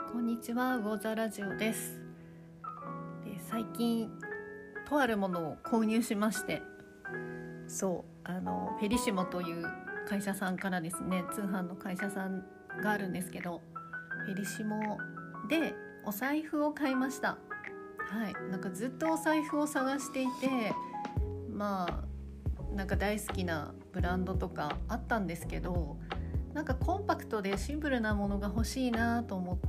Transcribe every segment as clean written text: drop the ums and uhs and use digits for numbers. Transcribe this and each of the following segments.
こんにちは、ウォーザラジオです。最近とあるものを購入しまして、フェリシモという会社さんからですね、通販の会社さんがあるんですけど、フェリシモでお財布を買いました。なんかずっとお財布を探していて、なんか大好きなブランドとかあったんですけど、なんかコンパクトでシンプルなものが欲しいなと思って、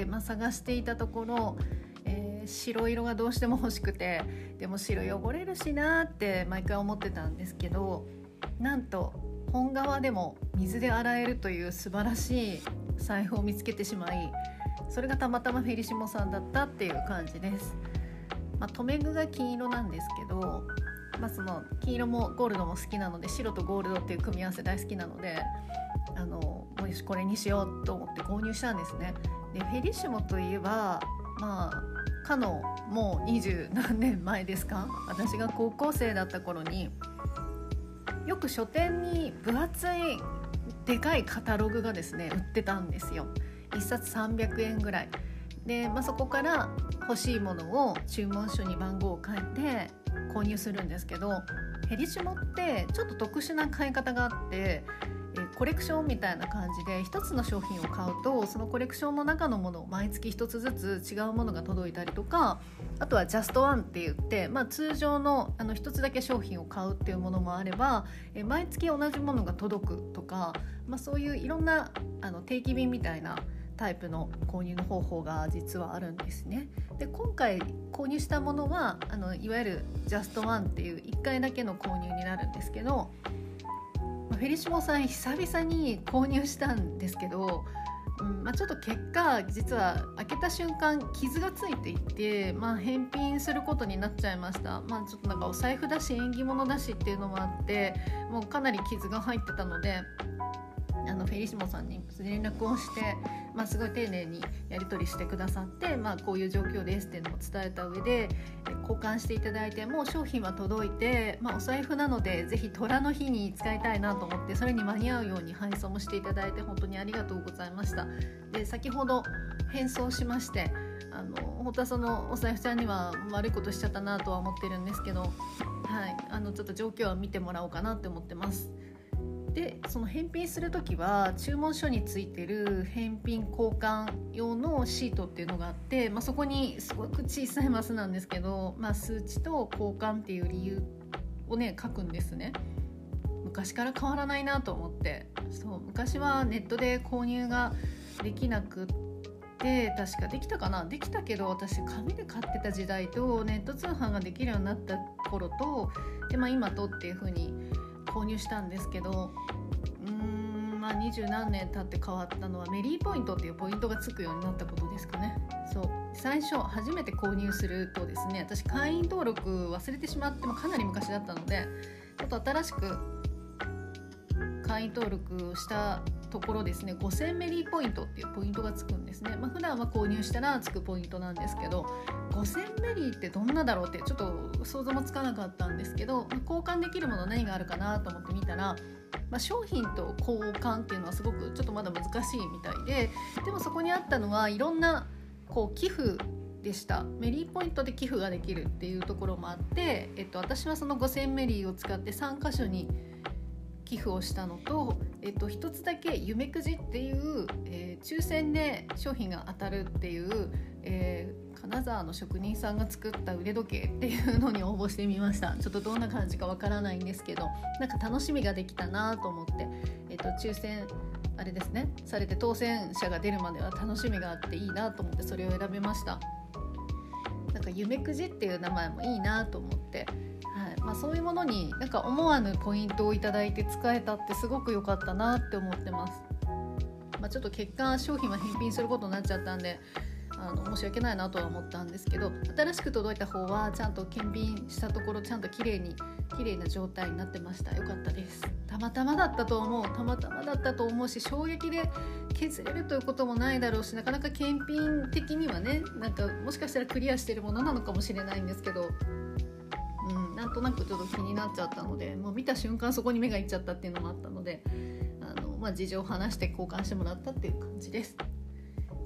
探していたところ、白色がどうしても欲しくて、でも白汚れるしなって毎回思ってたんですけど、なんと本革でも水で洗えるという素晴らしい財布を見つけてしまい、それがたまたまフェリシモさんだったっていう感じです。留め具が金色なんですけど、その金色もゴールドも好きなので、白とゴールドっていう組み合わせ大好きなので、もしこれにしようと思って購入したんですね。でフェリシモといえばかのもう20何年前ですか、私が高校生だった頃によく書店に分厚いでかいカタログがですね売ってたんですよ。1冊300円ぐらいで、そこから欲しいものを注文書に番号を書いて購入するんですけど、フェリシモってちょっと特殊な買い方があって、コレクションみたいな感じで一つの商品を買うと、そのコレクションの中のものを毎月一つずつ違うものが届いたりとか、あとはジャストワンって言って、通常の一つだけ商品を買うっていうものもあれば、毎月同じものが届くとか、そういういろんな定期便みたいなタイプの購入の方法が実はあるんですね。で今回購入したものはいわゆるジャストワンっていう1回だけの購入になるんですけど、フェリシモさん久々に購入したんですけど、ちょっと結果実は開けた瞬間傷がついていて、返品することになっちゃいました。ちょっとなんかお財布だし縁起物だしっていうのもあって、もうかなり傷が入ってたので、フェリシモさんに連絡をして、すごい丁寧にやり取りしてくださって、こういう状況ですっていうのを伝えた上で交換していただいて、もう商品は届いて、お財布なのでぜひ虎の日に使いたいなと思って、それに間に合うように配送もしていただいて本当にありがとうございました。で先ほど返送しまして、本当はそのお財布ちゃんには悪いことしちゃったなとは思ってるんですけど、ちょっと状況は見てもらおうかなって思ってます。でその返品するときは注文書についてる返品交換用のシートっていうのがあって、そこにすごく小さいマスなんですけど、数値と交換っていう理由をね書くんですね。昔から変わらないなと思って、昔はネットで購入ができなくって、確かできたかな、できたけど私紙で買ってた時代とネット通販ができるようになった頃とで、今とっていう風に購入したんですけど、20何年経って変わったのはメリーポイントっていうポイントがつくようになったことですかね。最初初めて購入するとですね、私会員登録忘れてしまって、かなり昔だったので、ちょっと新しく会員登録をしたところですね、5000メリーポイントっていうポイントがつくんですね。普段は購入したらつくポイントなんですけど、5000メリーってどんなだろうってちょっと想像もつかなかったんですけど、交換できるもの何があるかなと思ってみたら、商品と交換っていうのはすごくちょっとまだ難しいみたいで、でもそこにあったのはいろんな寄付でした。メリーポイントで寄付ができるっていうところもあって、私はその5000メリーを使って3カ所に寄付をしたのと、一つだけ夢くじっていう、抽選で商品が当たるっていう、金沢の職人さんが作った腕時計っていうのに応募してみました。ちょっとどんな感じかわからないんですけど、なんか楽しみができたなと思って、抽選あれですねされて当選者が出るまでは楽しみがあっていいなと思って、それを選びました。なんか夢くじっていう名前もいいなと思って、そういうものになんか思わぬポイントをいただいて使えたってすごく良かったなって思ってます。ちょっと結果商品は返品することになっちゃったんで、申し訳ないなとは思ったんですけど、新しく届いた方はちゃんと検品したところちゃんと綺麗な状態になってました。良かったです。たまたまだったと思うし、衝撃で削れるということもないだろうし、なかなか検品的にはね、なんかもしかしたらクリアしてるものなのかもしれないんですけど、なんとなくちょっと気になっちゃったので、もう見た瞬間そこに目がいっちゃったっていうのもあったので、事情を話して交換してもらったっていう感じです。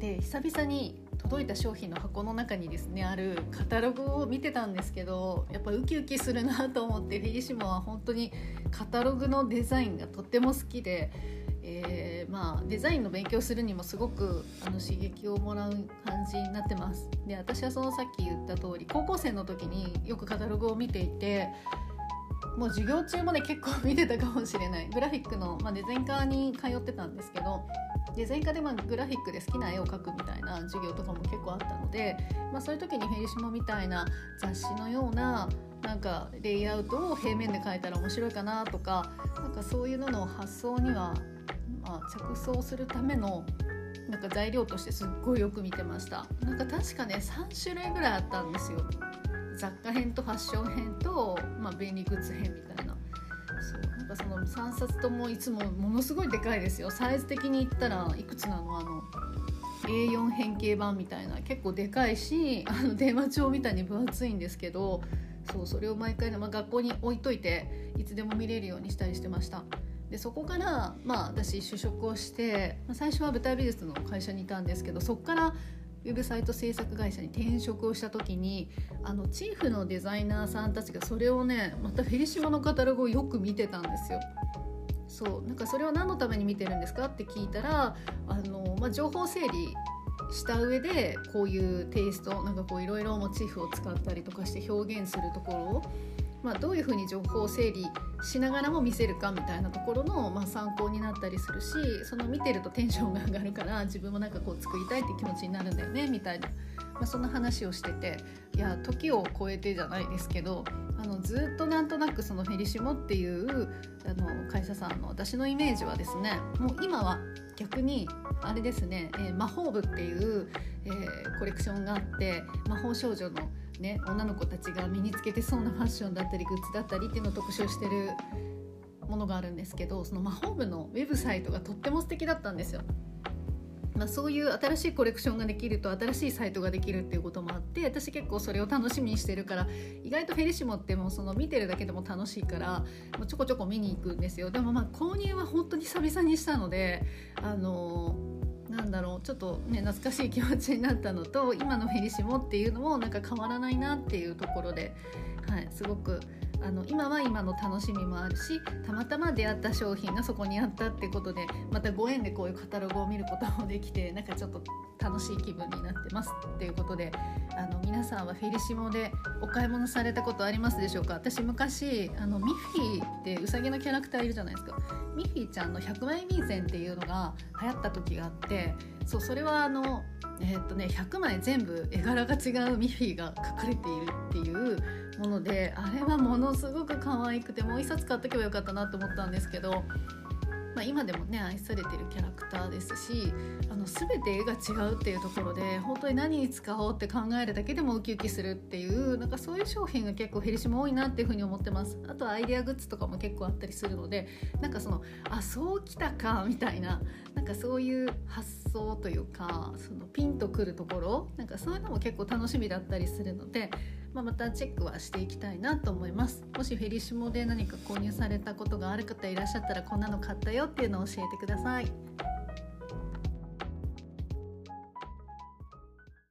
で久々に届いた商品の箱の中にですねあるカタログを見てたんですけど、やっぱウキウキするなと思って、フェリシモは本当にカタログのデザインがとっても好きで、デザインの勉強するにもすごく刺激をもらう感じになってます。で、私はそのさっき言った通り高校生の時によくカタログを見ていて、もう授業中もね結構見てたかもしれない。グラフィックの、デザイン科に通ってたんですけど、デザイン科でグラフィックで好きな絵を描くみたいな授業とかも結構あったので、そういう時にフェリシモみたいな雑誌のようななんかレイアウトを平面で描いたら面白いかなとか、なんかそういうのの発想には、着想するためのなんか材料としてすっごいよく見てました。なんか確かね3種類ぐらいあったんですよ。雑貨編とファッション編と、便利グッズ編みたいな。そうなんかその3冊ともいつもものすごいでかいですよ。サイズ的に言ったらいくつなの、A4 変形版みたいな結構でかいし、電話帳みたいに分厚いんですけど、それを毎回、学校に置いといていつでも見れるようにしたりしてました。でそこから、私就職をして、最初は舞台美術の会社にいたんですけど、そこからウェブサイト制作会社に転職をした時にチーフのデザイナーさんたちがそれをねまたフェリシモのカタログをよく見てたんですよ。なんかそれを何のために見てるんですかって聞いたら情報整理した上でこういうテイストなんかこういろいろモチーフを使ったりとかして表現するところをどういうふうに情報を整理しながらも見せるかみたいなところの、参考になったりするし、その見てるとテンションが上がるから自分もなんかこう作りたいって気持ちになるんだよねみたいな、そんな話をしてて、いや時を超えてじゃないですけどずっとなんとなくそのフェリシモっていう会社さんの私のイメージはですね、もう今は逆にあれですね、魔法部っていう、コレクションがあって、魔法少女の女の子たちが身につけてそうなファッションだったりグッズだったりっていうのを特集してるものがあるんですけど、その魔法部のウェブサイトがとっても素敵だったんですよ。そういう新しいコレクションができると新しいサイトができるっていうこともあって、私結構それを楽しみにしてるから、意外とフェリシモってもうその見てるだけでも楽しいからちょこちょこ見に行くんですよ。でも購入は本当に久々にしたのでちょっとね懐かしい気持ちになったのと、今のフェリシモっていうのもなんか変わらないなっていうところで、すごく今は今の楽しみもあるし、たまたま出会った商品がそこにあったってことでまたご縁でこういうカタログを見ることもできて、なんかちょっと楽しい気分になってますっていうことで、皆さんはフェリシモでお買い物されたことありますでしょうか。私昔ミッフィーってウサギのキャラクターいるじゃないですか。ミッフィーちゃんの100枚ミーゼンっていうのが流行った時があって、それは100枚全部絵柄が違うミッフィーが描かれているっていうもので、あれはものすごく可愛くてもう一冊買っとけばよかったなと思ったんですけど、今でもね愛されてるキャラクターですし、全て絵が違うっていうところで本当に何に使おうって考えるだけでもウキウキするっていう、なんかそういう商品が結構フェリシモ多いなっていうふうに思ってます。あとアイデアグッズとかも結構あったりするので、なんかそうきたかみたいな、なんかそういう発想というかそのピンとくるところ、なんかそういうのも結構楽しみだったりするので、またチェックはしていきたいなと思います。もしフェリシモで何か購入されたことがある方いらっしゃったら、こんなの買ったよっていうのを教えてください。